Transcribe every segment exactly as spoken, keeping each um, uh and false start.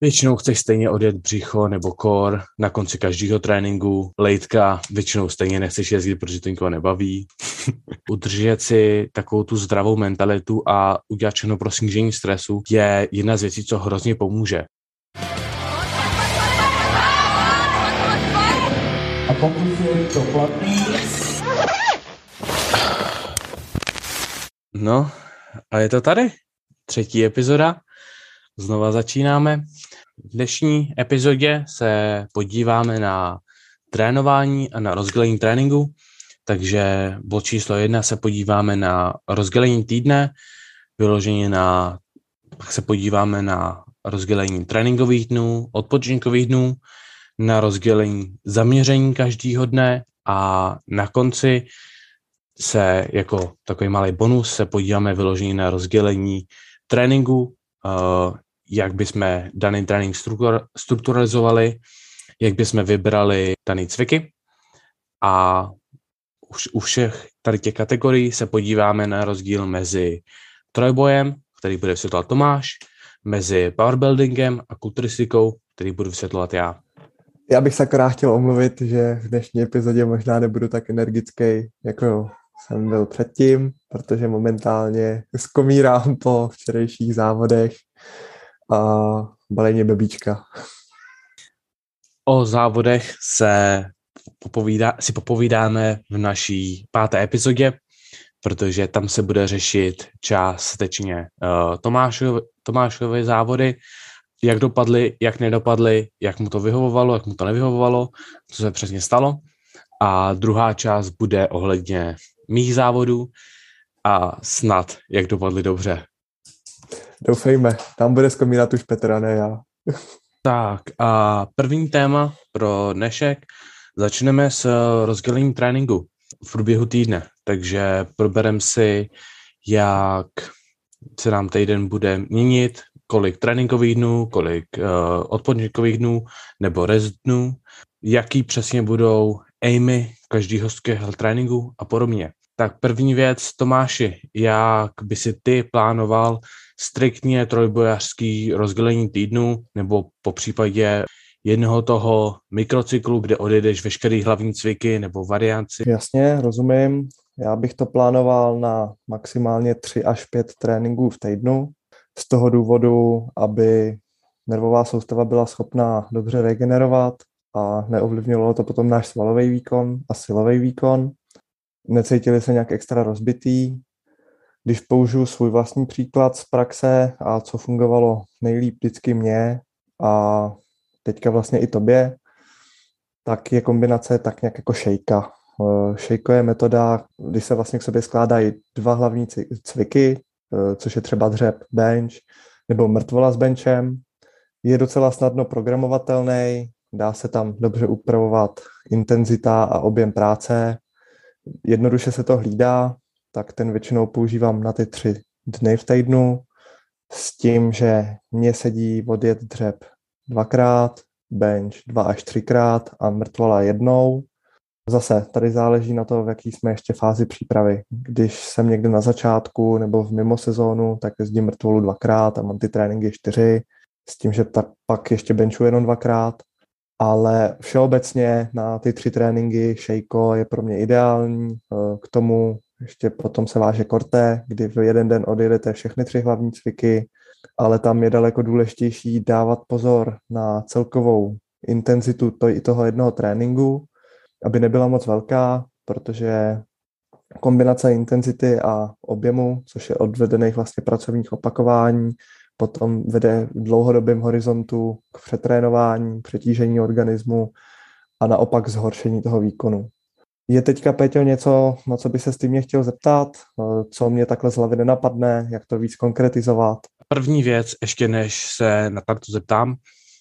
Většinou chceš stejně odjet břicho nebo core na konci každého tréninku. Lejtka většinou stejně nechceš jezdit, protože to nikoho nebaví. Udržet si takovou tu zdravou mentalitu a udělat všechno pro snížení stresu je jedna z věcí, co hrozně pomůže. A pokud je to platný... No, a je to tady. Třetí epizoda. Znova začínáme. V dnešní epizodě se podíváme na trénování a na rozdělení tréninku. Takže bod číslo jedna se podíváme na rozdělení týdne, vyloženě na, pak se podíváme na rozdělení tréninkových dnů, odpočinkových dnů, na rozdělení zaměření každého dne a na konci se jako takový malý bonus se podíváme vyloženě na rozdělení tréninku, jak bychom daný trénink strukturalizovali, jak bychom vybrali daný cviky a u všech tady těch kategorií se podíváme na rozdíl mezi trojbojem, který bude vysvětlovat Tomáš, mezi powerbuildingem a kulturistikou, který budu vysvětlovat já. Já bych se akorát chtěl omluvit, že v dnešní epizodě možná nebudu tak energický, jako jsem byl předtím, protože momentálně skomírám po včerejších závodech a balení bebíčka. O závodech se popovídá, si popovídáme v naší páté epizodě, protože tam se bude řešit částečně uh, Tomášovi, Tomášovi závody, jak dopadly, jak nedopadly, jak mu to vyhovovalo, jak mu to nevyhovovalo, co se přesně stalo. A druhá část bude ohledně mých závodů a snad, jak dopadly dobře. Doufejme, tam bude zkomínat už Petr, ne já. Tak a první téma pro dnešek. Začneme s rozdělením tréninku v průběhu týdne, takže probereme si, jak se nám týden bude měnit, kolik tréninkových dnů, kolik uh, odpočinkových dnů nebo rest dnů, jaký přesně budou aimy každého z těch tréninku a podobně. Tak první věc, Tomáši, jak by si ty plánoval striktně trojbojařský rozdělení týdnu nebo po případě jednoho toho mikrocyklu, kde odjedeš veškerý hlavní cviky nebo varianci? Jasně, rozumím. Já bych to plánoval na maximálně tři až pět tréninků v týdnu. Z toho důvodu, aby nervová soustava byla schopná dobře regenerovat a neovlivňovalo to potom náš svalový výkon a silový výkon. Necítili se nějak extra rozbitý. Když použiju svůj vlastní příklad z praxe a co fungovalo nejlíp vždycky mně a teďka vlastně i tobě, tak je kombinace tak nějak jako šejka. Šejko je metoda, kdy se vlastně k sobě skládají dva hlavní cviky, což je třeba dřep, bench nebo mrtvola s benchem. Je docela snadno programovatelný, dá se tam dobře upravovat intenzita a objem práce. Jednoduše se to hlídá, tak ten většinou používám na ty tři dny v týdnu s tím, že mně sedí odjet dřep dvakrát, bench dva až třikrát a mrtvola jednou. Zase tady záleží na to, v jaký jsme ještě fázi přípravy. Když jsem někde na začátku nebo v mimo sezónu, tak jezdím mrtvolu dvakrát a mám ty tréninky čtyři, s tím, že tak pak ještě benchu jenom dvakrát. Ale všeobecně na ty tři tréninky šejko je pro mě ideální. K tomu ještě potom se váže korte, kdy v jeden den odjedete všechny tři hlavní cviky, ale tam je daleko důležitější dávat pozor na celkovou intenzitu toho jednoho tréninku, aby nebyla moc velká, protože kombinace intenzity a objemu, což je odvedených vlastně pracovních opakování, potom vede v dlouhodobém horizontu k přetrénování, přetížení organismu a naopak zhoršení toho výkonu. Je teďka, Péťo, něco, na co by se s tím mě chtěl zeptat? Co mě takhle z hlavy nenapadne? Jak to víc konkretizovat? První věc, ještě než se na to zeptám,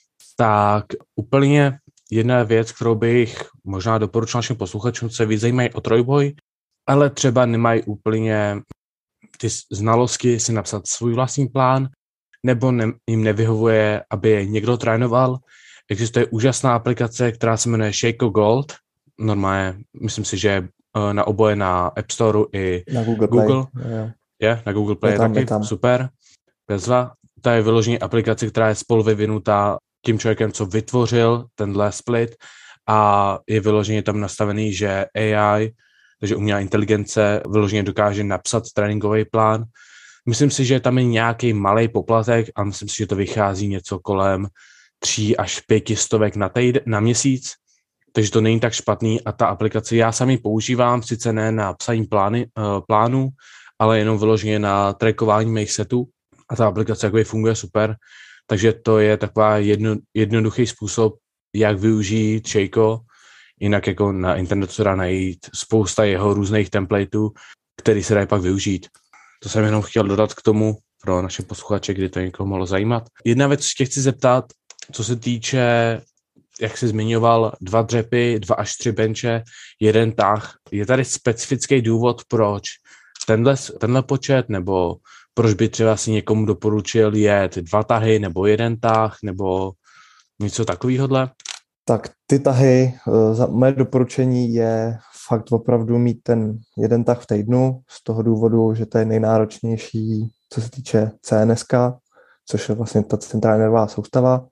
tak úplně jedna věc, kterou bych možná doporučil našim posluchačům, co se víc zajímají o trojboj, ale třeba nemají úplně ty znalosti si napsat svůj vlastní plán, nebo ne, jim nevyhovuje, aby někdo trénoval. Existuje úžasná aplikace, která se jmenuje Shaco Gold. Normálně, myslím si, že na oboje na App Store i na Google. Google. Play. Je, na Google Play je, je tam, taky, je tam. Super. Bezva. To je vyloženě aplikace, která je spolu vyvinutá tím člověkem, co vytvořil tenhle split a je vyloženě tam nastavený, že A I, takže umělá inteligence, vyloženě dokáže napsat tréninkový plán. Myslím si, že tam je nějaký malý poplatek a myslím si, že to vychází něco kolem tří až pěti stovek na, týd- na měsíc, takže to není tak špatný a ta aplikace, já sami používám, sice ne na psaní plány, uh, plánu, ale jenom vyloženě na trackování mých setů a ta aplikace jakoby funguje super, takže to je taková jedno, jednoduchý způsob, jak využít Shaco, jinak jako na internetu se dá najít spousta jeho různých templateů, který se dají pak využít. To jsem jenom chtěl dodat k tomu pro naše posluchače, kdy to někoho mohlo zajímat. Jedna věc, tě chci zeptat, co se týče, jak jsi zmiňoval, dva dřepy, dva až tři benče, jeden tah. Je tady specifický důvod, proč tenhle, tenhle počet, nebo proč by třeba si někomu doporučil jet dva tahy, nebo jeden tah, nebo něco takovýhodle? Tak ty tahy, za moje doporučení je fakt opravdu mít ten jeden tah v týdnu, z toho důvodu, že to je nejnáročnější, co se týče C N S ka, což je vlastně ta centrální nervová soustava.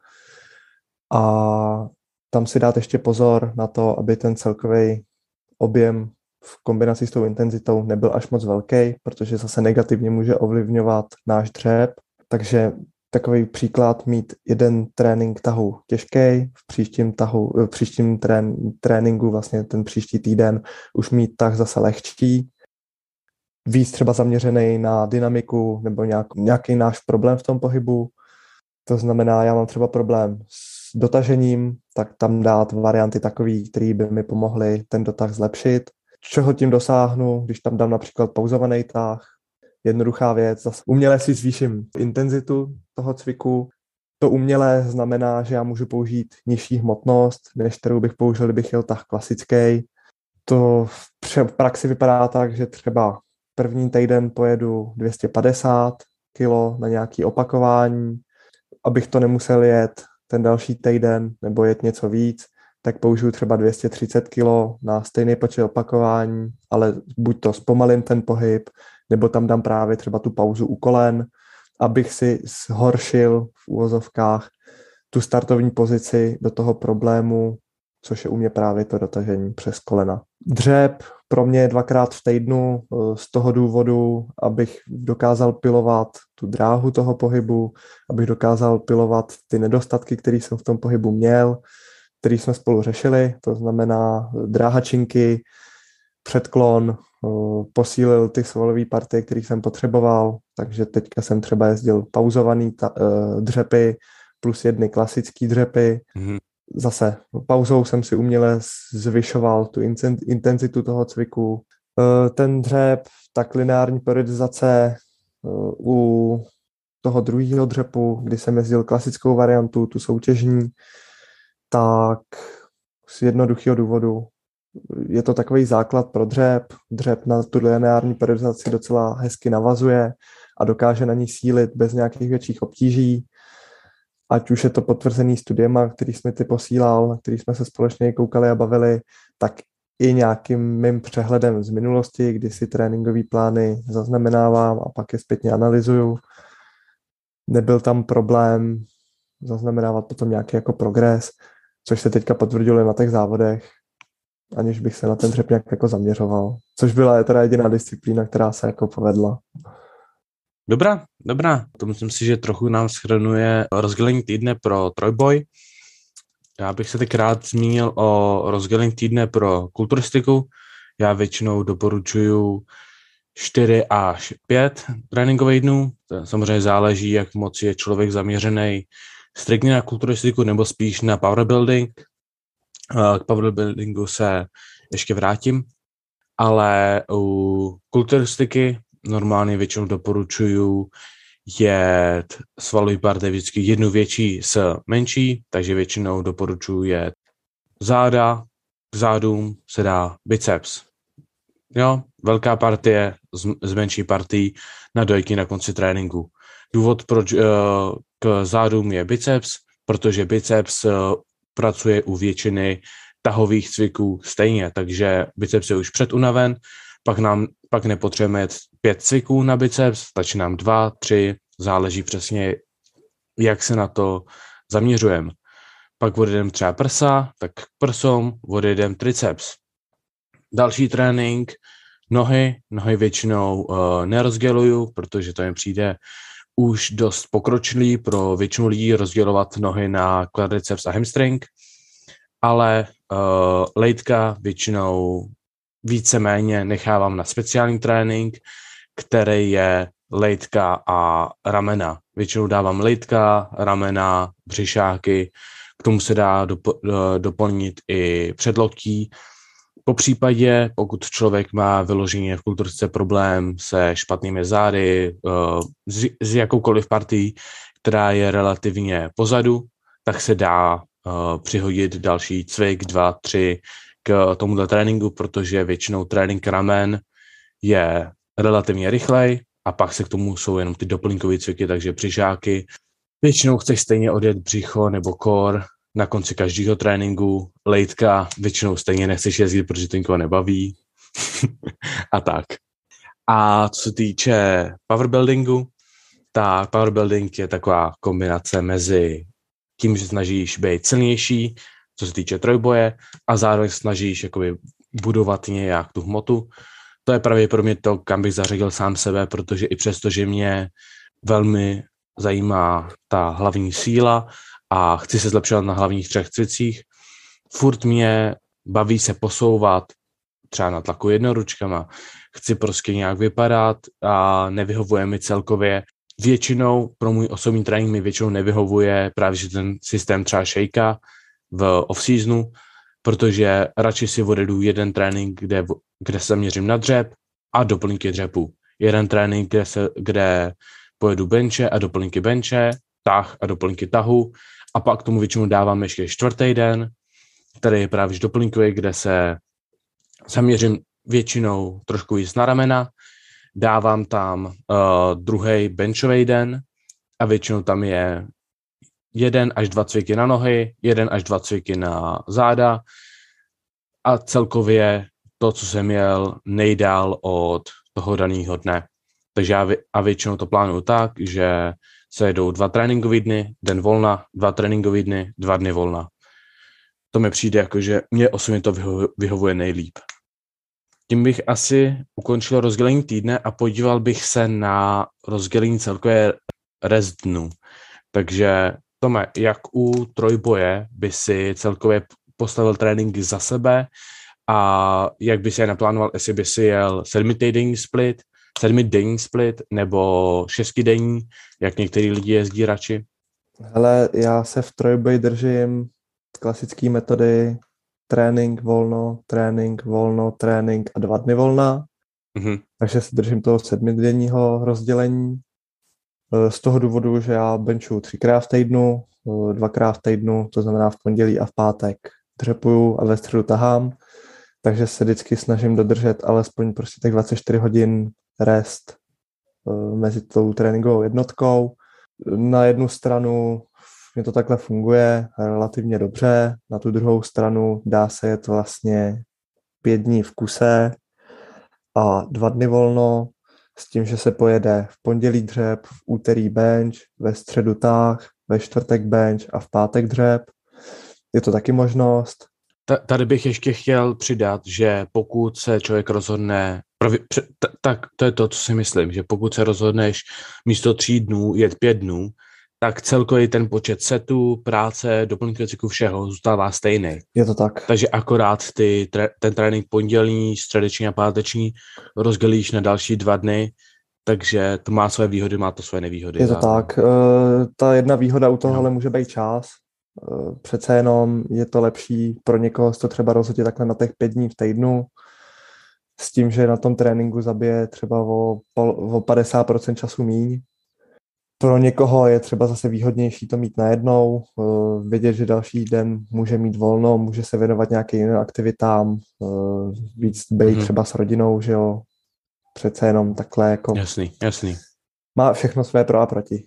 A tam si dát ještě pozor na to, aby ten celkový objem v kombinaci s tou intenzitou nebyl až moc velký, protože zase negativně může ovlivňovat náš dřep. Takže takový příklad, mít jeden trénink tahu těžký, v příštím, tahu, v příštím trén, tréninku, vlastně ten příští týden, už mít tah zase lehčí, víc třeba zaměřený na dynamiku nebo nějak, nějaký náš problém v tom pohybu. To znamená, já mám třeba problém s dotažením, tak tam dát varianty takový, které by mi pomohly ten dotah zlepšit. Čeho tím dosáhnu, když tam dám například pauzovaný tah, jednoduchá věc, zase uměle si zvýším intenzitu toho cviku. To umělé znamená, že já můžu použít nižší hmotnost, než kterou bych použil, kdybych jel tah klasický. To v praxi vypadá tak, že třeba první týden pojedu dvě stě padesát kilo na nějaké opakování, abych to nemusel jet ten další týden nebo jet něco víc, tak použiju třeba dvě stě třicet kilo na stejný počet opakování, ale buď to zpomalím ten pohyb, nebo tam dám právě třeba tu pauzu u kolen, abych si zhoršil v úvozovkách tu startovní pozici do toho problému, což je u mě právě to dotažení přes kolena. Dřep pro mě je dvakrát v týdnu z toho důvodu, abych dokázal pilovat tu dráhu toho pohybu, abych dokázal pilovat ty nedostatky, které jsem v tom pohybu měl, který jsme spolu řešili, to znamená dráha činky, předklon, posílil ty svalové partie, které jsem potřeboval, takže teďka jsem třeba jezdil pauzovaný ta, uh, dřepy plus jedny klasický dřepy. Mm-hmm. Zase pauzou jsem si uměle zvyšoval tu intenzitu toho cviku. Uh, ten dřep, tak lineární periodizace uh, u toho druhého dřepu, kdy jsem jezdil klasickou variantu, tu soutěžní, tak z jednoduchého důvodu je to takový základ pro dřep. Dřep na tu lineární periodizaci docela hezky navazuje a dokáže na ní sílit bez nějakých větších obtíží. Ať už je to potvrzený studiema, který jsme ty posílal, na který jsme se společně koukali a bavili, tak i nějakým mým přehledem z minulosti, kdy si tréninkové plány zaznamenávám a pak je zpětně analyzuju. Nebyl tam problém zaznamenávat potom nějaký jako progres, což se teďka potvrdilo na těch závodech, aniž bych se na ten dřep nějak jako zaměřoval. Což byla teda jediná disciplína, která se jako povedla. Dobrá, dobrá. To myslím si, že trochu nám shrnuje rozdělení týdne pro trojboj. Já bych se teď rád zmínil o rozdělení týdne pro kulturistiku. Já většinou doporučuju čtyři až pět tréninkových dnů. To samozřejmě záleží, jak moc je člověk zaměřený striktně na kulturistiku nebo spíš na powerbuilding. K powerbuildingu se ještě vrátím, ale u kulturistiky normálně většinou doporučuju jet svalový partie vždycky jednu větší s menší, takže většinou doporučuju jet záda, k zádům se dá biceps. Jo, velká partie z, z menší partií na dojky na konci tréninku. Důvod, proč uh, k zádům je biceps, protože biceps uh, pracuje u většiny tahových cviků stejně, takže biceps je už předunaven, pak nám pak nepotřebujeme jet pět cviků na biceps, stačí nám dva, tři, záleží přesně, jak se na to zaměřujeme. Pak odjedeme třeba prsa, tak k prsům odjedeme triceps. Další trénink, nohy. Nohy většinou uh, nerozděluju, protože to mi přijde už dost pokročilý pro většinu lidí rozdělovat nohy na quadriceps a hamstring, ale uh, lejtka většinou víceméně nechávám na speciální trénink, který je lejtka a ramena. Většinou dávám lejtka, ramena, břišáky, k tomu se dá dopo- doplnit i předloktí. Po případě, pokud člověk má vyloženě v kulturistice problém se špatnými zády, s, s jakoukoliv partií, která je relativně pozadu, tak se dá přihodit další cvik, dva, tři k tomuto tréninku, protože většinou trénink ramen je relativně rychlej a pak se k tomu jsou jenom ty doplňkové cviky, takže břišáky. Většinou chceš stejně odjet břicho nebo core na konci každého tréninku, lejtka, většinou stejně nechceš jezdit, protože to nikoho nebaví a tak. A co se týče powerbuildingu, tak powerbuilding je taková kombinace mezi tím, že snažíš být silnější, co se týče trojboje, a zároveň snažíš jakoby budovat nějak tu hmotu. To je právě pro mě to, kam bych zařadil sám sebe, protože i přesto, že mě velmi zajímá ta hlavní síla a chci se zlepšovat na hlavních třech cvicích, furt mě baví se posouvat třeba na tlaku jednoručkama, chci prostě nějak vypadat a nevyhovuje mi celkově. Většinou pro můj osobní trénink mi většinou nevyhovuje právě že ten systém třeba shakea v off-seasonu, protože radši si odjedu jeden trénink, kde, kde se měřím na dřep a doplňky dřepu. Jeden trénink, kde, se, kde pojedu benče a doplňky benče, tah a doplňky tahu, a pak k tomu většinou dávám ještě čtvrtý den, který je právě doplňkový, kde se zaměřím většinou trošku víc na ramena, dávám tam uh, druhý benchový den a většinou tam je jeden až dva cviky na nohy, jeden až dva cviky na záda a celkově to, co jsem měl nejdál od toho daného dne. Takže já vě- a většinou to plánuju tak, že se jedou dva tréninkové dny, den volna, dva tréninkové dny, dva dny volna. To mi přijde jako, že mě osobně to vyho- vyhovuje nejlíp. Tím bych asi ukončil rozdělení týdne a podíval bych se na rozdělení celkové rest dnu. Takže Tome, jak u trojboje by si celkově postavil tréninky za sebe a jak by si je naplánoval, jestli by si jel sedmitýdenní split, sedmidenní split nebo šestidenní, jak některý lidi jezdí radši? Hele, já se v trojboji držím klasické metody trénink, volno, trénink, volno, trénink a dva dny volna. Mm-hmm. Takže se držím toho sedmidenního rozdělení. Z toho důvodu, že já benčuju třikrát v týdnu, dvakrát v týdnu, to znamená v pondělí a v pátek dřepuju a ve středu tahám, takže se vždycky snažím dodržet alespoň prostě tak dvacet čtyři hodin rest mezi tou tréninkovou jednotkou. Na jednu stranu mě to takhle funguje relativně dobře, na tu druhou stranu dá se jet vlastně pět dní v kuse a dva dny volno, s tím, že se pojede v pondělí dřep, v úterý bench, ve středu tah, ve čtvrtek bench a v pátek dřep. Je to taky možnost. Tady bych ještě chtěl přidat, že pokud se člověk rozhodne, tak to je to, co si myslím, že pokud se rozhodneš místo tří dnů jet pět dnů, tak celkově ten počet setů, práce, doplňkových cyklů všeho zůstává stejný. Je to tak. Takže akorát ty, ten trénink pondělní, středeční a páteční rozdělíš na další dva dny, takže to má své výhody, má to své nevýhody. Je to zároveň. Tak. Ta jedna výhoda u tohohle no. může být čas. Přece jenom je to lepší pro někoho to třeba rozhodit takhle na těch pět dní v týdnu, s tím, že na tom tréninku zabije třeba o, o padesát procent času míň. Pro někoho je třeba zase výhodnější to mít najednou, vědět, že další den může mít volno, může se věnovat nějakým jiným aktivitám, víc být hmm. třeba s rodinou, že jo, přece jenom takhle jako... Jasný, jasný. Má všechno své pro a proti.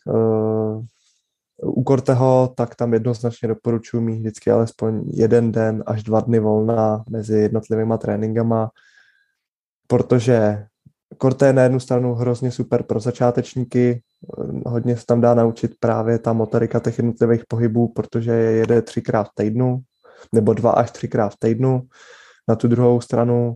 U Corteho tak tam jednoznačně doporučuji mít vždycky alespoň jeden den až dva dny volna mezi jednotlivýma tréninkama, protože Korte je na jednu stranu hrozně super pro začátečníky, hodně se tam dá naučit právě ta motorika těch jednotlivých pohybů, protože je jede třikrát v týdnu, nebo dva až třikrát v týdnu. Na tu druhou stranu,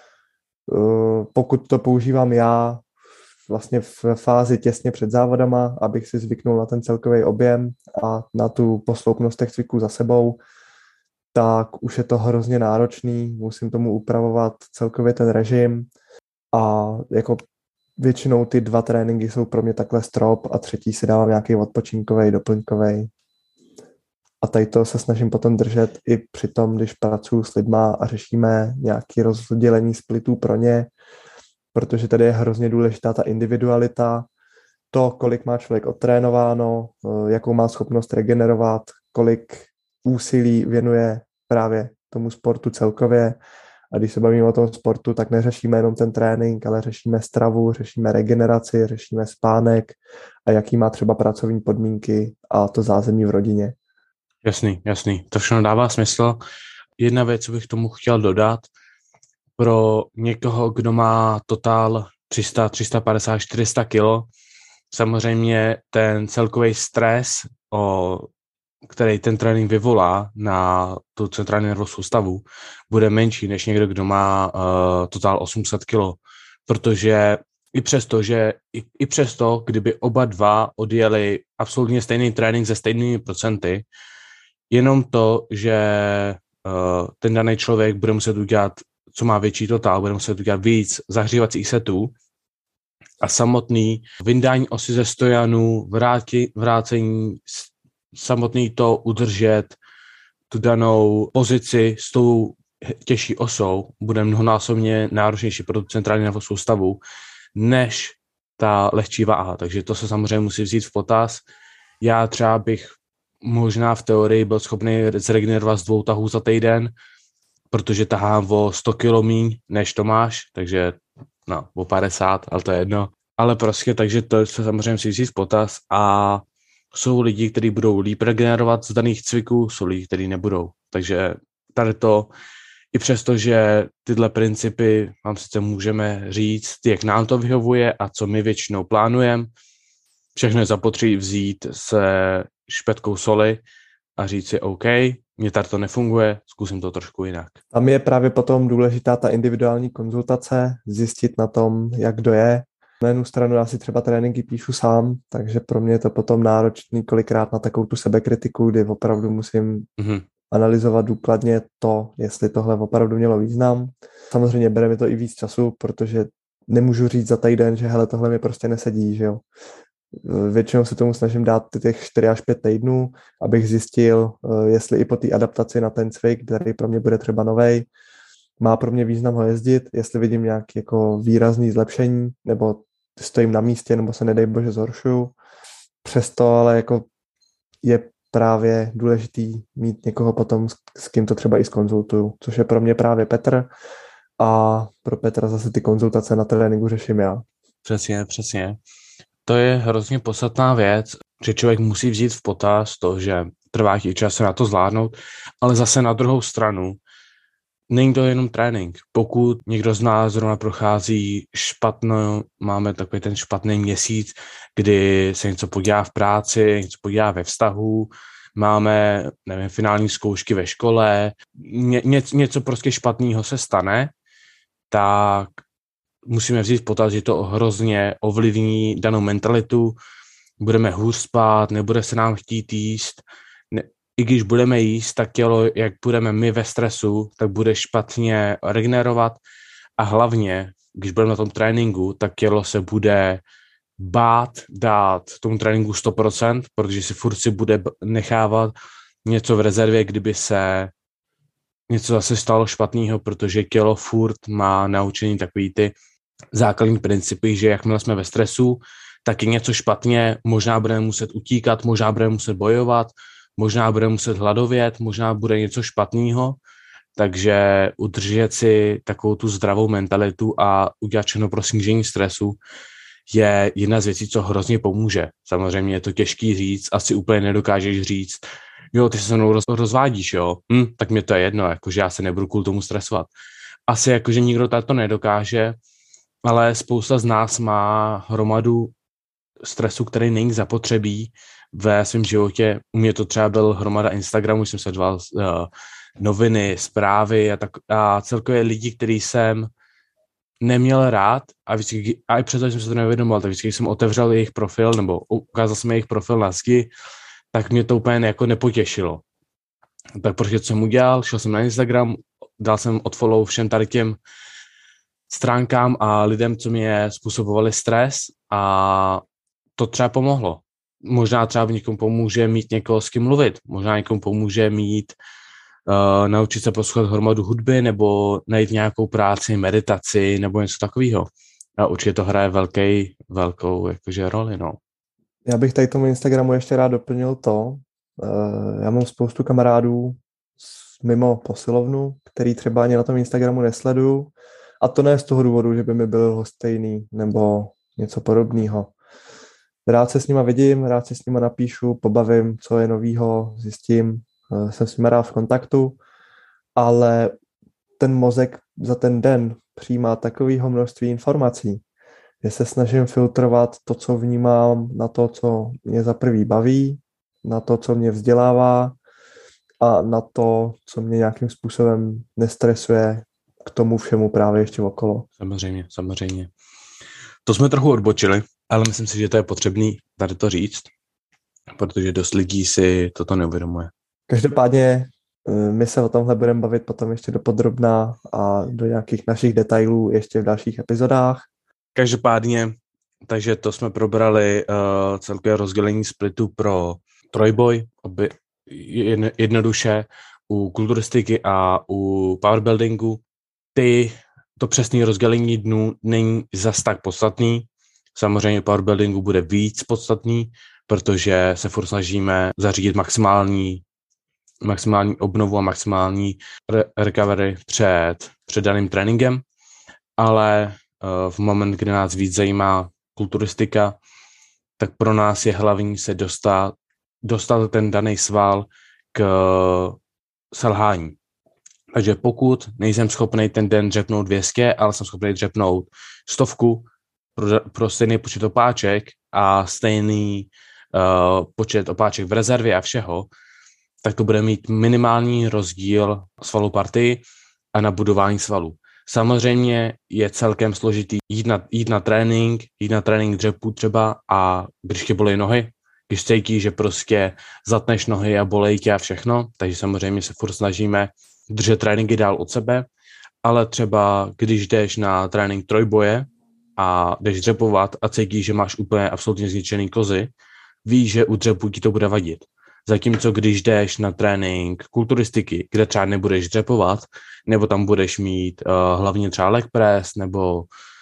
pokud to používám já vlastně v fázi těsně před závodama, abych si zvyknul na ten celkový objem a na tu posloupnost těch cviků za sebou, tak už je to hrozně náročný, musím tomu upravovat celkově ten režim a jako většinou ty dva tréninky jsou pro mě takhle strop a třetí si dávám nějaký odpočinkový, doplňkový. A tady to se snažím potom držet i při tom, když pracuji s lidma a řešíme nějaké rozdělení splitů pro ně, protože tady je hrozně důležitá ta individualita, to, kolik má člověk odtrénováno, jakou má schopnost regenerovat, kolik úsilí věnuje právě tomu sportu celkově. A když se bavíme o tom sportu, tak neřešíme jenom ten trénink, ale řešíme stravu, řešíme regeneraci, řešíme spánek a jaký má třeba pracovní podmínky a to zázemí v rodině. Jasný, jasný. To všechno dává smysl. Jedna věc, co bych tomu chtěl dodat, pro někoho, kdo má totál tři sta, tři sta padesát, čtyři sta kilo, samozřejmě ten celkový stres, o, který ten trénink vyvolá na tu centrální nervovou soustavu, bude menší než někdo, kdo má uh, totál osm set kilo, protože i přesto, že i, i přesto, kdyby oba dva odjeli absolutně stejný trénink se stejnými procenty, jenom to, že uh, ten daný člověk bude muset udělat, co má větší totál, bude muset udělat víc zahřívacích setů a samotný vyndání osy ze stojanu, vrátí, vrácení, samotný to udržet tu danou pozici s tou těžší osou bude mnohonásobně náročnější pro tu centrální nervovou soustavu než ta lehčí váha, takže to se samozřejmě musí vzít v potaz. Já třeba bych možná v teorii byl schopný zregenerovat z dvou tahů za týden, protože tahám o sto kilo míň než Tomáš, takže no, o padesát, ale to je jedno. Ale prostě, takže to se samozřejmě musí vzít v potaz a jsou lidi, kteří budou líp regenerovat z daných cviků, jsou lidi, kteří nebudou. Takže tady to, i přesto, že tyhle principy vám sice můžeme říct, jak nám to vyhovuje a co my většinou plánujeme, všechno je zapotřebí vzít se špetkou soli a říct si OK, mně tady to nefunguje, zkusím to trošku jinak. Tam je právě potom důležitá ta individuální konzultace, zjistit na tom, jak kdo je. Na jednu stranu já si třeba tréninky píšu sám, takže pro mě je to potom náročný kolikrát na takovou tu sebekritiku, kdy opravdu musím mm-hmm. analyzovat důkladně to, jestli tohle opravdu mělo význam. Samozřejmě bere mi to i víc času, protože nemůžu říct za týden, že hele, tohle mi prostě nesedí, že jo. Většinou se tomu snažím dát těch čtyři až pět týdnů, abych zjistil, jestli i po té adaptaci na ten cvik, který pro mě bude třeba novej, má pro mě význam ho jezdit, jestli vidím nějaké jako výrazný zlepšení, nebo stojím na místě, nebo se nedej bože zhoršuju. Přesto ale jako je právě důležitý mít někoho potom, s kým to třeba i zkonzultuju, což je pro mě právě Petr a pro Petra zase ty konzultace na tréninku řeším já. Přesně, přesně. To je hrozně podstatná věc, že člověk musí vzít v potaz to, že trvá i čas se na to zvládnout, ale zase na druhou stranu není to jenom trénink. Pokud někdo z nás zrovna prochází špatno, máme takový ten špatný měsíc, kdy se něco podělá v práci, něco podělá ve vztahu, máme, nevím, finální zkoušky ve škole, ně, ně, něco prostě špatného se stane, tak musíme vzít v potaz, že to hrozně ovlivní danou mentalitu, budeme hůř spát, nebude se nám chtít jíst, ne, i když budeme jíst, tak tělo, jak budeme my ve stresu, tak bude špatně regenerovat a hlavně, když budeme na tom tréninku, tak tělo se bude bát dát tomu tréninku sto procent, protože si furt si bude nechávat něco v rezervě, kdyby se něco zase stalo špatného, protože tělo furt má naučený takový ty základní principy, že jakmile jsme ve stresu, tak je něco špatně, možná budeme muset utíkat, možná budeme muset bojovat, možná budeme muset hladovět, možná bude něco špatného, takže udržet si takovou tu zdravou mentalitu a udělat všechno pro snížení stresu je jedna z věcí, co hrozně pomůže. Samozřejmě je to těžký říct, asi úplně nedokážeš říct, jo, ty se se mnou roz, rozvádíš, jo, hm, tak mě to je jedno, jakože já se nebudu kvůli tomu stresovat. Asi jakože nikdo to nedokáže, ale spousta z nás má hromadu stresu, který není zapotřebí ve svém životě. U mě to třeba byl hromada Instagramu, jsem sledoval uh, noviny, zprávy a, tak, a celkově lidi, který jsem neměl rád a, vždycky, a i přesto jsem se to nevědomoval, tak vždycky jsem otevřel jejich profil nebo ukázal jsem jejich profil na zdi, tak mě to úplně jako nepotěšilo. Tak protože co jsem udělal, šel jsem na Instagram, dal jsem odfollow všem tady těm stránkám a lidem, co mě způsobovali stres a to třeba pomohlo. Možná třeba někomu pomůže mít někoho, s kým mluvit. Možná někomu pomůže mít, uh, naučit se poslouchat hromadu hudby nebo najít nějakou práci, meditaci nebo něco takového. A určitě to hraje velký, velkou jakože roli, no. Já bych tady tomu Instagramu ještě rád doplnil to. Uh, já mám spoustu kamarádů mimo posilovnu, který třeba ani na tom Instagramu nesleduju. A to ne z toho důvodu, že by mi byl lhostejný nebo něco podobného. Rád se s nima vidím, rád se s nima napíšu, pobavím, co je novýho, zjistím, jsem s nima rád v kontaktu, ale ten mozek za ten den přijímá takového množství informací, že se snažím filtrovat to, co vnímám, na to, co mě za prvý baví, na to, co mě vzdělává a na to, co mě nějakým způsobem nestresuje k tomu všemu právě ještě okolo. Samozřejmě, samozřejmě. To jsme trochu odbočili, ale myslím si, že to je potřebný tady to říct, protože dost lidí si toto neuvědomuje. Každopádně my se o tomhle budeme bavit potom ještě dopodrobná a do nějakých našich detailů ještě v dalších epizodách. Každopádně, takže to jsme probrali uh, celkové rozdělení splitu pro trojboj, aby jedno, jednoduše u kulturistiky a u powerbuildingu. Ty, to přesné rozdělení dnů není zas tak podstatný. Samozřejmě powerbuildingu bude víc podstatný, protože se furt snažíme zařídit maximální, maximální obnovu a maximální re- recovery před, před daným tréninkem, ale uh, v moment, kdy nás víc zajímá kulturistika, tak pro nás je hlavní se dostat, dostat ten daný sval k selhání. Takže pokud nejsem schopný ten den dřepnout dvě stě, ale jsem schopný dřepnout stovku pro, pro stejný počet opáček a stejný uh, počet opáček v rezervě a všeho, tak to bude mít minimální rozdíl svalu partii a na budování svalů. Samozřejmě je celkem složitý jít na, jít na trénink, jít na trénink dřepů třeba a když tě bolej nohy, když cítíš, že prostě zatneš nohy a bolej tě a všechno, takže samozřejmě se furt snažíme držet tréninky dál od sebe, ale třeba když jdeš na trénink trojboje a jdeš dřepovat a cítíš, že máš úplně absolutně zničený kozy, víš, že u dřepů ti to bude vadit. Zatímco když jdeš na trénink kulturistiky, kde třeba nebudeš dřepovat, nebo tam budeš mít uh, hlavně třeba leg press, nebo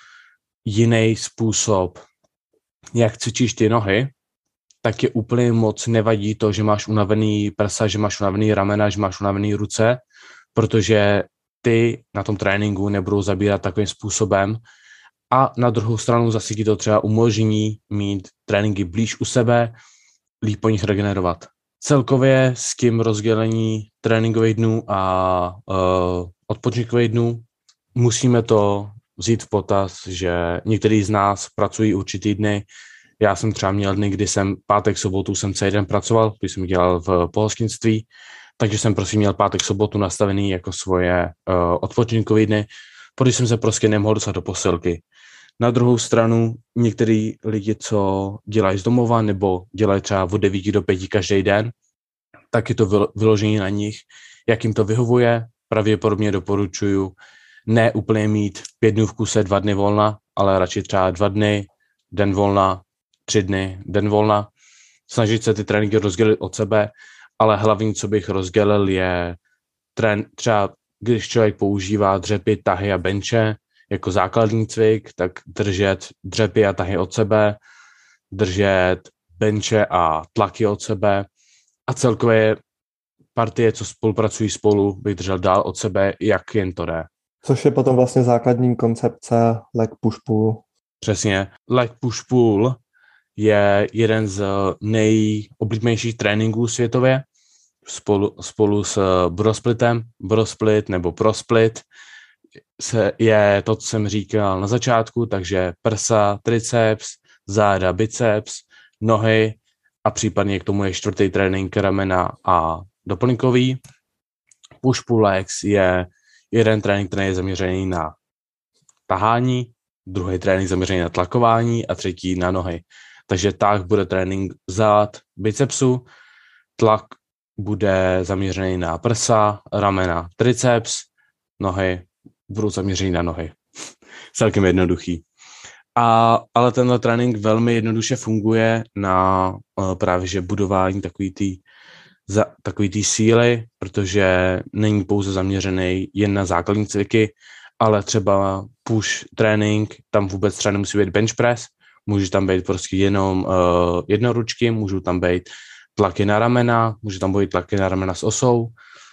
jiný způsob, jak cvičíš ty nohy, tak je úplně moc nevadí to, že máš unavený prsa, že máš unavený ramena, že máš unavený ruce, protože ty na tom tréninku nebudou zabírat takovým způsobem a na druhou stranu zase ti to třeba umožní mít tréninky blíž u sebe, líp po nich regenerovat. Celkově s tím rozdělení tréninkových dnů a uh, odpočinkových dnů musíme to vzít v potaz, že některý z nás pracují určitý dny. Já jsem třeba měl dny, kdy jsem pátek, sobotu jsem celý den pracoval, když jsem dělal v pohostinství, takže jsem prostě měl pátek, sobotu nastavený jako svoje uh, odpočinkové dny, protože jsem se prostě nemohl dostat do posilky. Na druhou stranu některý lidi, co dělají z domova nebo dělají třeba od devíti do pěti každý den, tak je to vyložení na nich, jak jim to vyhovuje. Pravděpodobně doporučuju ne úplně mít pět dnů v kuse, dva dny volna, ale radši třeba dva dny, den volna, tři dny, den volna. Snažit se ty tréninky rozdělit od sebe, ale hlavní, co bych rozdělil, je trén, třeba když člověk používá dřepy, tahy a benče jako základní cvik, tak držet dřepy a tahy od sebe, držet benče a tlaky od sebe a celkově partie, co spolupracují spolu, bych držel dál od sebe, jak jen to jde. Což je potom vlastně základní koncepce leg push pull. Přesně. Leg push pull je jeden z nejoblíbenějších tréninků světově spolu, spolu s brosplitem. Brosplit nebo prosplit se, je to, co jsem říkal na začátku, takže prsa, triceps, záda, biceps, nohy a případně k tomu je čtvrtý trénink ramena a doplňkový. Push-pull legs je jeden trénink, který je zaměřený na tahání, druhý trénink zaměřený na tlakování a třetí na nohy. Takže tak bude trénink zád, bicepsu, tlak bude zaměřený na prsa, ramena, triceps, nohy budou zaměřený na nohy. Celkem jednoduchý. A, ale tenhle trénink velmi jednoduše funguje na uh, právě že budování takový tý, za, takový tý síly, protože není pouze zaměřený jen na základní cviky, ale třeba push trénink, tam vůbec třeba nemusí být bench press, může tam být prostě jenom uh, jednoručky, můžou tam být tlaky na ramena, může tam být tlaky na ramena s osou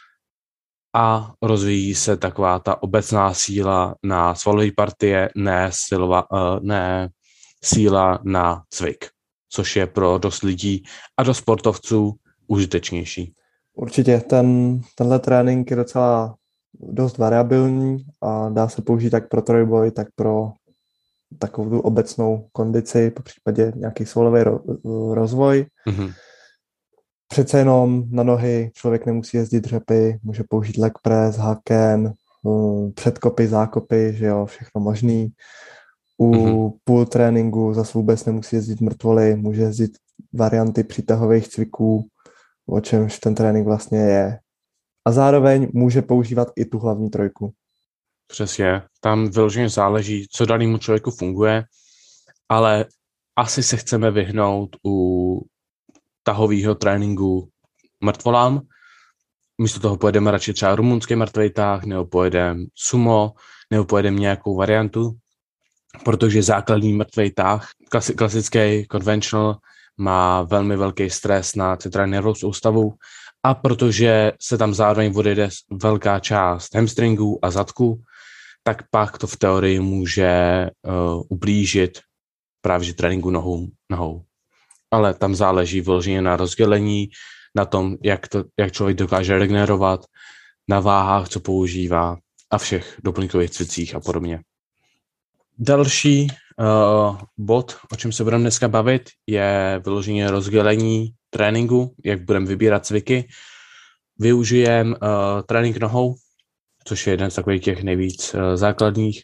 a rozvíjí se taková ta obecná síla na svalové partie, ne, silova, uh, ne síla na cvik, což je pro dost lidí a dost sportovců užitečnější. Určitě ten, tenhle trénink je docela dost variabilní a dá se použít jak pro trojboj, tak pro takovou tu obecnou kondici, po případě nějaký svalový ro, rozvoj. Mm-hmm. Přece jenom na nohy člověk nemusí jezdit dřepy, může použít leg press, haken, předkopy, zákopy, že jo, všechno možný. U mm-hmm. půl tréninku zase vůbec nemusí jezdit mrtvoly, může jezdit varianty přitahových cviků, o čemž ten trénink vlastně je. A zároveň může používat i tu hlavní trojku. Přesně, tam vyloženě záleží, co danému člověku funguje, ale asi se chceme vyhnout u tahového tréninku mrtvolám. Místo toho pojedeme radši třeba rumunský mrtvej tah, nebo pojedeme sumo, nebo pojedeme nějakou variantu, protože základní mrtvej tah, klasi- klasický conventional, má velmi velký stres na centrální nervovou soustavu a protože se tam zároveň odejde velká část hamstringů a zadku, tak pak to v teorii může uh, ublížit právě že tréninku nohou, nohou. Ale tam záleží vyloženě na rozdělení, na tom, jak, to, jak člověk dokáže regenerovat, na váhách, co používá a všech doplňkových cvicích a podobně. Další uh, bod, o čem se budeme dneska bavit, je vyloženě rozdělení tréninku, jak budeme vybírat cviky. Využijeme uh, trénink nohou, což je jeden z takových těch nejvíc uh, základních,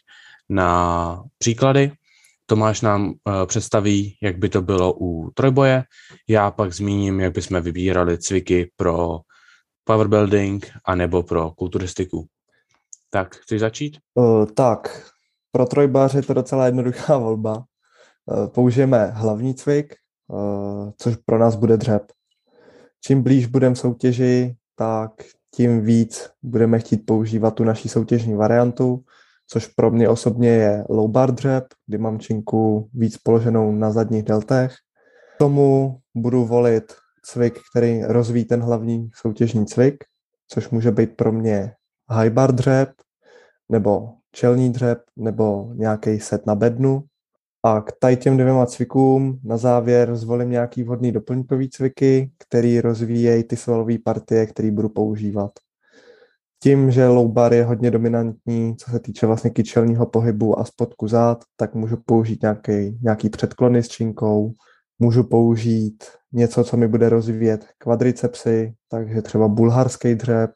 na příklady. Tomáš nám uh, představí, jak by to bylo u trojboje. Já pak zmíním, jak bychom vybírali cviky pro powerbuilding anebo pro kulturistiku. Tak, chceš začít? Uh, tak, pro trojbáře je to docela jednoduchá volba. Uh, použijeme hlavní cvik, uh, což pro nás bude dřep. Čím blíž budeme soutěži, tak tím víc budeme chtít používat tu naší soutěžní variantu, což pro mě osobně je low bar dřep, kdy mám činku víc položenou na zadních deltech. K tomu budu volit cvik, který rozvíjí ten hlavní soutěžní cvik, což může být pro mě high bar dřep, nebo čelní dřep, nebo nějaký set na bednu. A k tady těm dvěma cvikům na závěr zvolím nějaký vhodný doplňkový cviky, který rozvíjejí ty svalové partie, které budu používat. Tím, že low bar je hodně dominantní, co se týče vlastně kyčelního pohybu a spodku zád, tak můžu použít nějaký, nějaký předklony s činkou, můžu použít něco, co mi bude rozvíjet kvadricepsy, takže třeba bulharský dřep,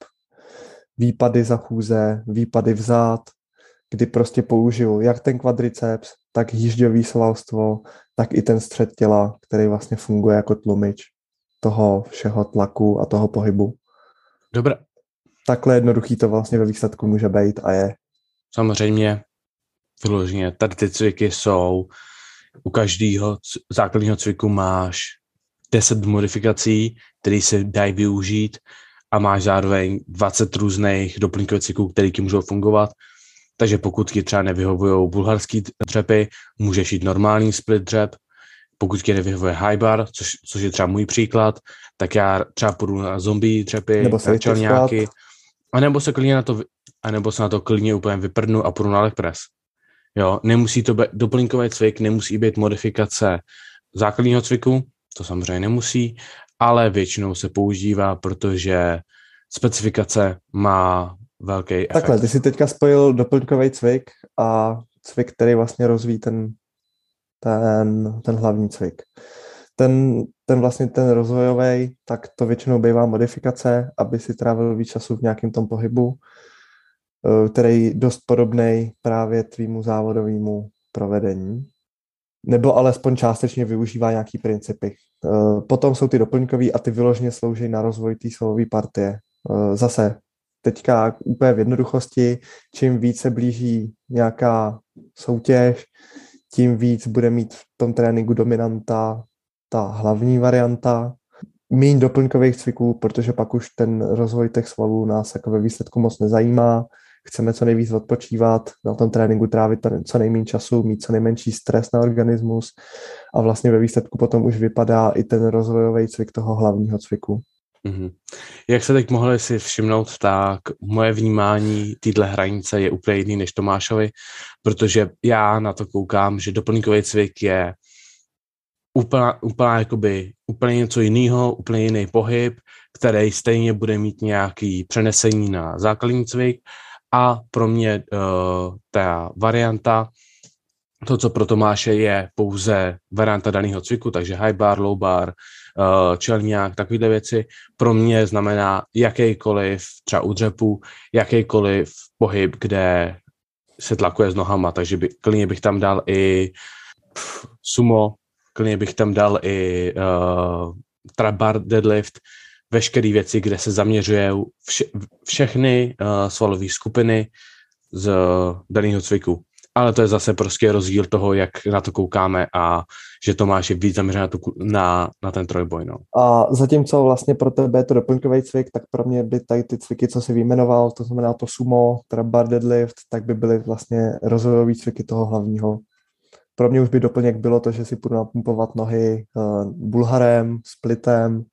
výpady za chůze, výpady vzad, kdy prostě použiju jak ten kvadriceps, tak jížďový svalstvo, tak i ten střed těla, který vlastně funguje jako tlumič toho všeho tlaku a toho pohybu. Dobré. Takhle jednoduchý to vlastně ve výsledku může být a je. Samozřejmě, vyloženě, tady ty cviky jsou, u každého základního cviku máš deset modifikací, které se dají využít a máš zároveň dvacet různých doplňkových cviků, které ti můžou fungovat. Takže pokud ti třeba nevyhovují bulharský dřepy, můžeš jít normální split dřep. Pokud ti nevyhovuje high bar, což, což je třeba můj příklad, tak já třeba půjdu na zombie dřepy, nebo na čelňáky, a nebo se klidně na to, a nebo se na to klidně úplně vyprdnu a půjdu na leg press. Jo, nemusí to být doplňkový cvik, nemusí být modifikace základního cviku, to samozřejmě nemusí, ale většinou se používá, protože specifikace má velký efekt. Takhle, ty jsi teďka spojil doplňkový cvik a cvik, který vlastně rozvíjí ten, ten, ten hlavní cvik. Ten, ten vlastně ten rozvojový, tak to většinou bývá modifikace, aby si trávil víc času v nějakém tom pohybu, který dost podobnej právě tvýmu závodovému provedení. Nebo alespoň částečně využívá nějaký principy. Potom jsou ty doplňkový a ty vyloženě slouží na rozvoj té svalové partie. Zase teďka úplně v jednoduchosti, čím víc se blíží nějaká soutěž, tím víc bude mít v tom tréninku dominanta ta hlavní varianta. Míň doplňkových cviků, protože pak už ten rozvoj těch svalů nás jako ve výsledku moc nezajímá. Chceme co nejvíc odpočívat, na tom tréninku trávit co nejméně času, mít co nejmenší stres na organismus a vlastně ve výsledku potom už vypadá i ten rozvojový cvik toho hlavního cviku. Mm-hmm. Jak se teď mohli si všimnout, tak moje vnímání téhle hranice je úplně jiný než Tomášovi, protože já na to koukám, že doplňkový cvik je úplná, úplná jakoby, úplně něco jiného, úplně jiný pohyb, který stejně bude mít nějaký přenesení na základní cvik a pro mě uh, ta varianta, to, co pro Tomáše je pouze varianta daného cviku, takže high bar, low bar, uh, čelňák, takovéhle věci, pro mě znamená jakýkoliv, třeba u dřepu, jakýkoliv pohyb, kde se tlakuje s nohama, takže by, klidně bych tam dal i pff, sumo, klidně bych tam dal i uh, trap bar deadlift, veškeré věci, kde se zaměřuje vše, všechny uh, svalové skupiny z daného cviku. Ale to je zase prostě rozdíl toho, jak na to koukáme a že Tomáš je víc zaměřený na, na, na ten trojboj. No. A zatímco vlastně pro tebe je to doplňkový cvik, tak pro mě by tady ty cviky, co jsi vyjmenoval, to znamená to sumo, trap bar deadlift, tak by byly vlastně rozvojové cviky toho hlavního. Pro mě už by doplněk bylo to, že si půjdu napumpovat nohy uh, bulharem, splitem,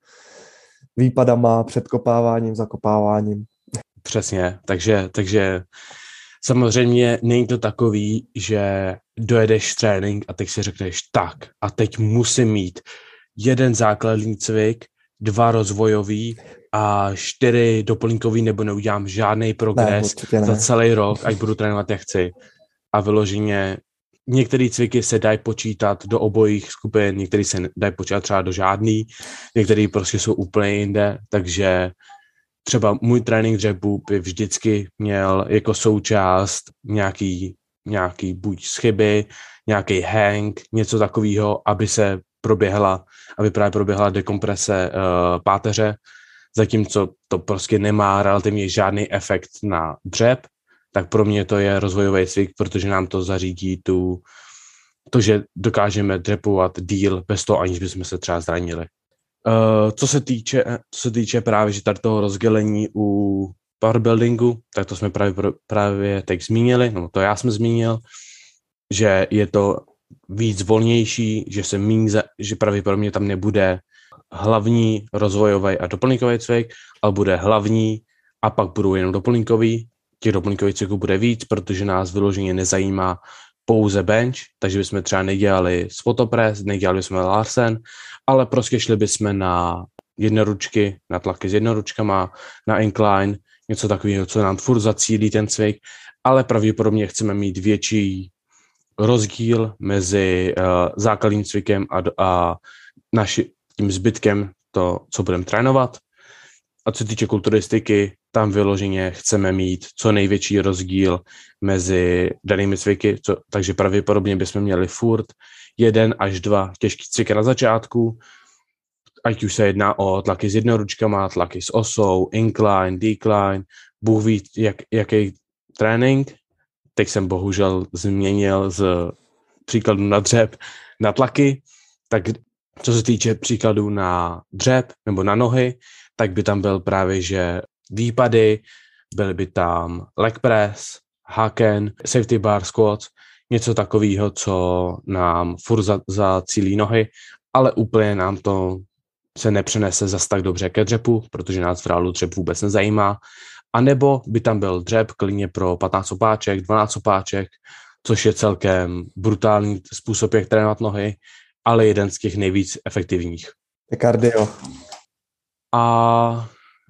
výpadama, předkopáváním, zakopáváním. Přesně, takže, takže samozřejmě není to takový, že dojedeš trénink a teď si řekneš tak a teď musím mít jeden základní cvik, dva rozvojový a čtyři doplňkový, nebo neudělám žádný progres ne, za celý rok, ať budu trénovat jak chci. A vyloženě některé cviky se dají počítat do obojích skupin, některé se dají počítat třeba do žádný, některé prostě jsou úplně jinde, takže třeba můj trénink dřepu by vždycky měl jako součást nějaký, nějaký buď schyby, nějaký hang, něco takového, aby se proběhla, aby právě proběhla dekomprese uh, páteře, zatímco to prostě nemá relativně žádný efekt na dřep, tak pro mě to je rozvojový cvik, protože nám to zařídí tu, to, že dokážeme dřepovat díl bez toho, aniž bychom se třeba zranili. Uh, co se týče, co se týče právě, že tady toho rozdělení u powerbuildingu, tak to jsme právě, právě teď zmínili, no to já jsem zmínil, že je to víc volnější, že se míň, že pravděpodobně tam nebude hlavní rozvojový a doplňkový cvik, ale bude hlavní a pak budou jenom doplňkový. Těch doplňkových cviků bude víc, protože nás vyloženě nezajímá pouze bench, takže bychom třeba nedělali squat-press, nedělali bychom Larsen, ale prostě šli bychom na jednoručky, na tlaky s jednoručkama, na incline, něco takového, co nám furt zacílí ten cvik, ale pravděpodobně chceme mít větší rozdíl mezi uh, základním cvikem a, a naši, tím zbytkem to, co budeme trénovat. A co se týče kulturistiky, tam vyloženě chceme mít co největší rozdíl mezi danými cviky, co, takže pravděpodobně bychom měli furt jeden až dva těžký cviky na začátku, ať už se jedná o tlaky s jednoručkama, tlaky s osou, incline, decline, Bůh ví, jak, jaký trénink. Teď jsem bohužel změnil z příkladu na dřep na tlaky, tak co se týče příkladů na dřep nebo na nohy, tak by tam byl právě, že výpady, byly by tam leg press, haken, safety bar, squats, něco takového, co nám furt zacílí nohy, ale úplně nám to se nepřenese zas tak dobře ke dřepu, protože nás v reálu dřep vůbec nezajímá. A nebo by tam byl dřep klidně pro patnáct opáček, dvanáct opáček, což je celkem brutální způsob, jak trénovat nohy, ale jeden z těch nejvíc efektivních. Kardio. A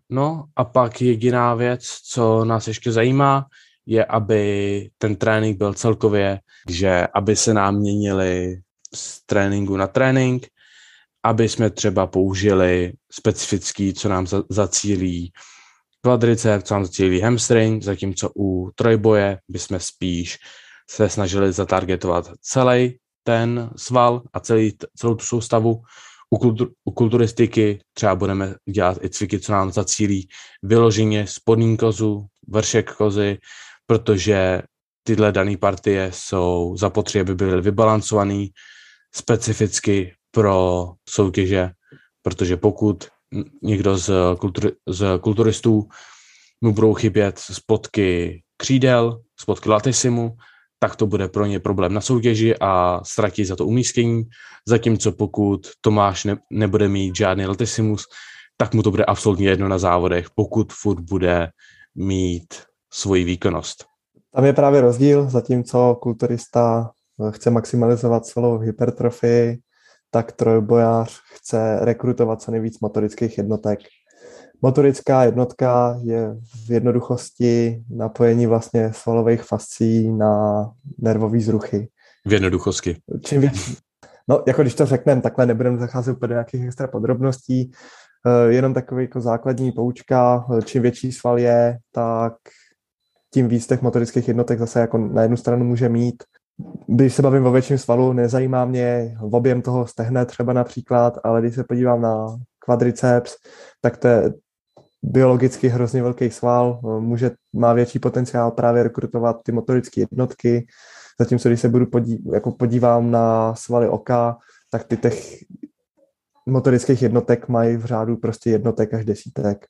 No a pak jediná věc, co nás ještě zajímá, je, aby ten trénink byl celkově, že aby se nám měnili z tréninku na trénink, aby jsme třeba použili specifický, co nám zacílí kvadriceps, co nám zacílí hamstring, zatímco u trojboje bychom spíš se snažili zatargetovat celý ten sval a celý, celou tu soustavu. U, kultur, u kulturistiky třeba budeme dělat i cviky, co nám zacílí vyloženě spodní kozu, vršek kozy, protože tyhle dané partie jsou zapotřebí, aby byly vybalancované specificky pro soutěže, protože pokud někdo z, kulturi, z kulturistů mu budou chybět spodky křídel, spodky latissimu, tak to bude pro ně problém na soutěži a ztratí za to umístění, zatímco pokud Tomáš ne, nebude mít žádný latissimus, tak mu to bude absolutně jedno na závodech, pokud furt bude mít svoji výkonnost. Tam je právě rozdíl, zatímco kulturista chce maximalizovat svalovou hypertrofii, tak trojbojář chce rekrutovat co nejvíc motorických jednotek. Motorická jednotka je v jednoduchosti napojení vlastně svalových fascí na nervové zruchy. V jednoduchosti. Čím víc, no, jako když to řekneme, takhle nebudeme zacházet úplně do nějakých extra podrobností, jenom takový jako základní poučka, čím větší sval je, tak tím víc těch motorických jednotek zase jako na jednu stranu může mít. Když se bavím o větším svalu, nezajímá mě objem toho stehne třeba například, ale když se podívám na kvadriceps, tak to je biologicky hrozně velký sval, může, má větší potenciál právě rekrutovat ty motorické jednotky, zatímco když se budu podí, jako podívám na svaly oka, tak ty těch motorických jednotek mají v řádu prostě jednotek až desítek.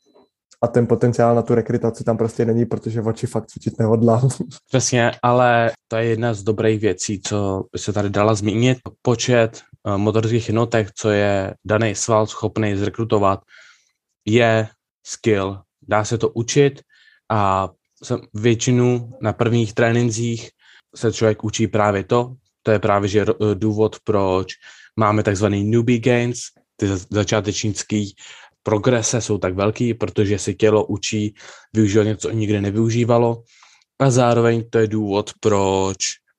A ten potenciál na tu rekrutaci tam prostě není, protože oči fakt cvičit nehodlám. Přesně, ale to je jedna z dobrých věcí, co by se tady dala zmínit. Počet uh, motorických jednotek, co je daný sval schopný zrekrutovat, je skill. Dá se to učit a většinu na prvních trénincích se člověk učí právě to. To je právě že důvod, proč máme takzvaný newbie gains, ty začátečnický progrese jsou tak velký, protože se tělo učí využívat něco, co nikdy nevyužívalo. A zároveň to je důvod, proč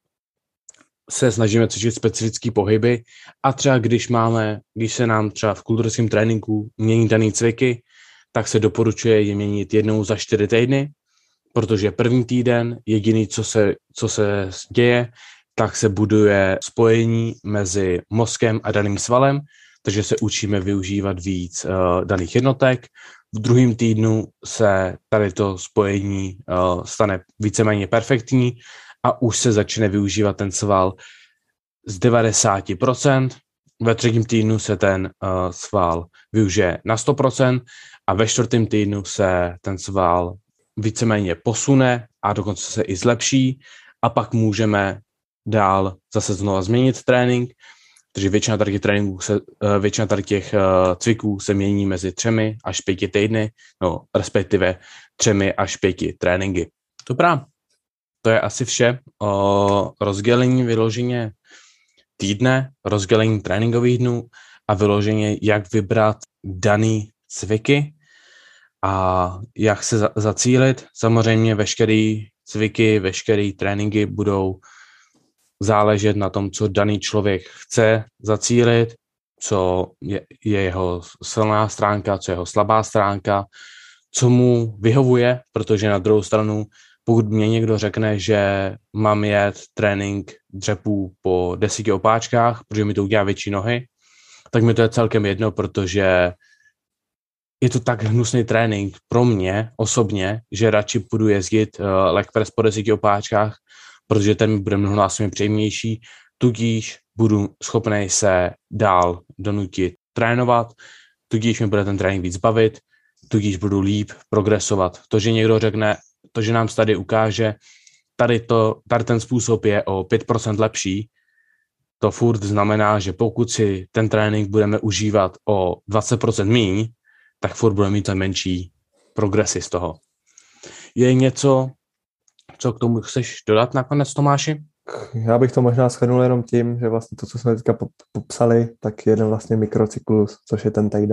se snažíme cvičit specifické pohyby. A třeba když máme, když se nám třeba v kulturistickém tréninku mění daný cviky, tak se doporučuje je měnit jednou za čtyři týdny, protože první týden jediný, co se, co se děje, tak se buduje spojení mezi mozkem a daným svalem, takže se učíme využívat víc uh, daných jednotek. V druhém týdnu se tady to spojení uh, stane víceméně perfektní a už se začne využívat ten sval z devadesát procent. Ve třetím týdnu se ten uh, sval využije na sto procent a ve čtvrtém týdnu se ten sval víceméně posune a dokonce se i zlepší a pak můžeme dál zase znova změnit trénink. Takže většina tady těch tréninků se, většina tady těch cviků se mění mezi třemi až pěti týdny, no respektive třemi až pěti tréninky. Dobrá, to je asi vše o rozdělení vyloženě týdne, rozdělení tréninkových dnů a vyloženě jak vybrat daný cviky a jak se zacílit. Samozřejmě veškerý cviky, veškerý tréninky budou záležet na tom, co daný člověk chce zacílit, co je, je jeho silná stránka, co je jeho slabá stránka, co mu vyhovuje, protože na druhou stranu, pokud mě někdo řekne, že mám jet trénink dřepů po deseti opáčkách, protože mi to udělá větší nohy, tak mi to je celkem jedno, protože je to tak hnusný trénink pro mě osobně, že radši budu jezdit uh, leg press po deseti opáčkách, protože ten mi bude mnohonásobně příjemnější, tudíž budu schopný se dál donutit trénovat, tudíž mi bude ten trénink víc bavit, tudíž budu líp progresovat. To, že někdo řekne, to, že nám tady ukáže, tady, to, tady ten způsob je o pět procent lepší, to furt znamená, že pokud si ten trénink budeme užívat o dvacet procent míň, tak furt budeme mít ten menší progresy z toho. Je něco, co k tomu chceš dodat nakonec, Tomáši? Já bych to možná shrnul jenom tím, že vlastně to, co jsme teďka popsali, tak je jeden vlastně mikrocyklus, což je ten týden.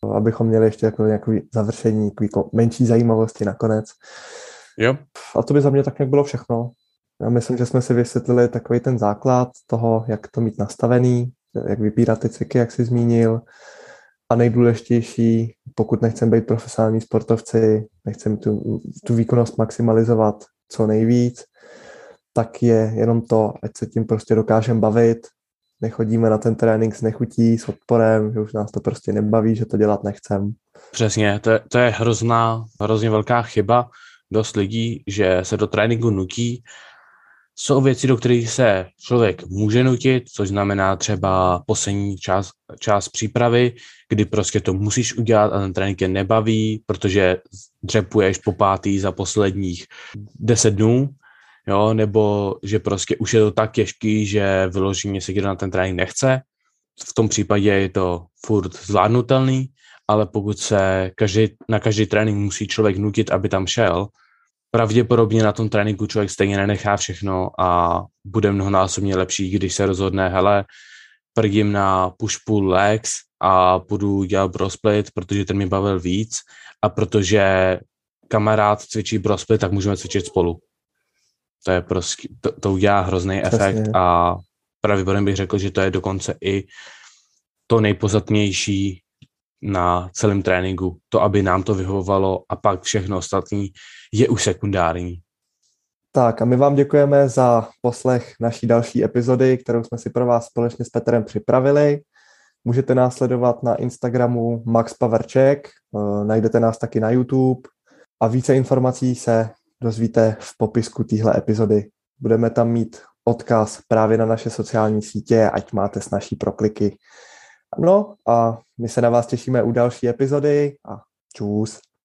abychom měli ještě jako nějaké završení, jako menší zajímavosti nakonec. Jo. A to by za mě tak nějak bylo všechno. Já myslím, že jsme si vysvětlili takový ten základ toho, jak to mít nastavený, jak vybírat ty cviky, jak jsi zmínil. A nejdůležitější, pokud nechceme být profesionální sportovci, nechceme tu, tu výkonnost maximalizovat co nejvíc, tak je jenom to, ať se tím prostě dokážeme bavit, nechodíme na ten trénink s nechutí, s odporem, že už nás to prostě nebaví, že to dělat nechcem. Přesně, to je, to je hrozná, hrozně velká chyba dost lidí, že se do tréninku nutí. Jsou věci, do kterých se člověk může nutit, což znamená třeba poslední část, část přípravy, kdy prostě to musíš udělat a ten trénink je nebaví, protože dřepuješ po pátý za posledních deset dnů, jo, nebo že prostě už je to tak těžký, že vyloženě se kdo na ten trénink nechce. V tom případě je to furt zvládnutelný, ale pokud se každý, na každý trénink musí člověk nutit, aby tam šel, pravděpodobně na tom tréninku člověk stejně nenechá všechno a bude mnohonásobně lepší, když se rozhodne, hele, prdím na push-pull legs a půjdu dělat brosplit, protože ten mi bavil víc a protože kamarád cvičí brosplit, tak můžeme cvičit spolu. To je prostě, to, to udělá hrozný efekt a pravděpodobně bych řekl, že to je dokonce i to nejpodstatnější na celém tréninku. To, aby nám to vyhovovalo a pak všechno ostatní je už sekundární. Tak a my vám děkujeme za poslech naší další epizody, kterou jsme si pro vás společně s Petrem připravili. Můžete nás sledovat na Instagramu maxpowercheck, najdete nás taky na YouTube a více informací se dozvíte v popisku téhle epizody. Budeme tam mít odkaz právě na naše sociální sítě, ať máte snazší prokliky. No a my se na vás těšíme u další epizody a čus.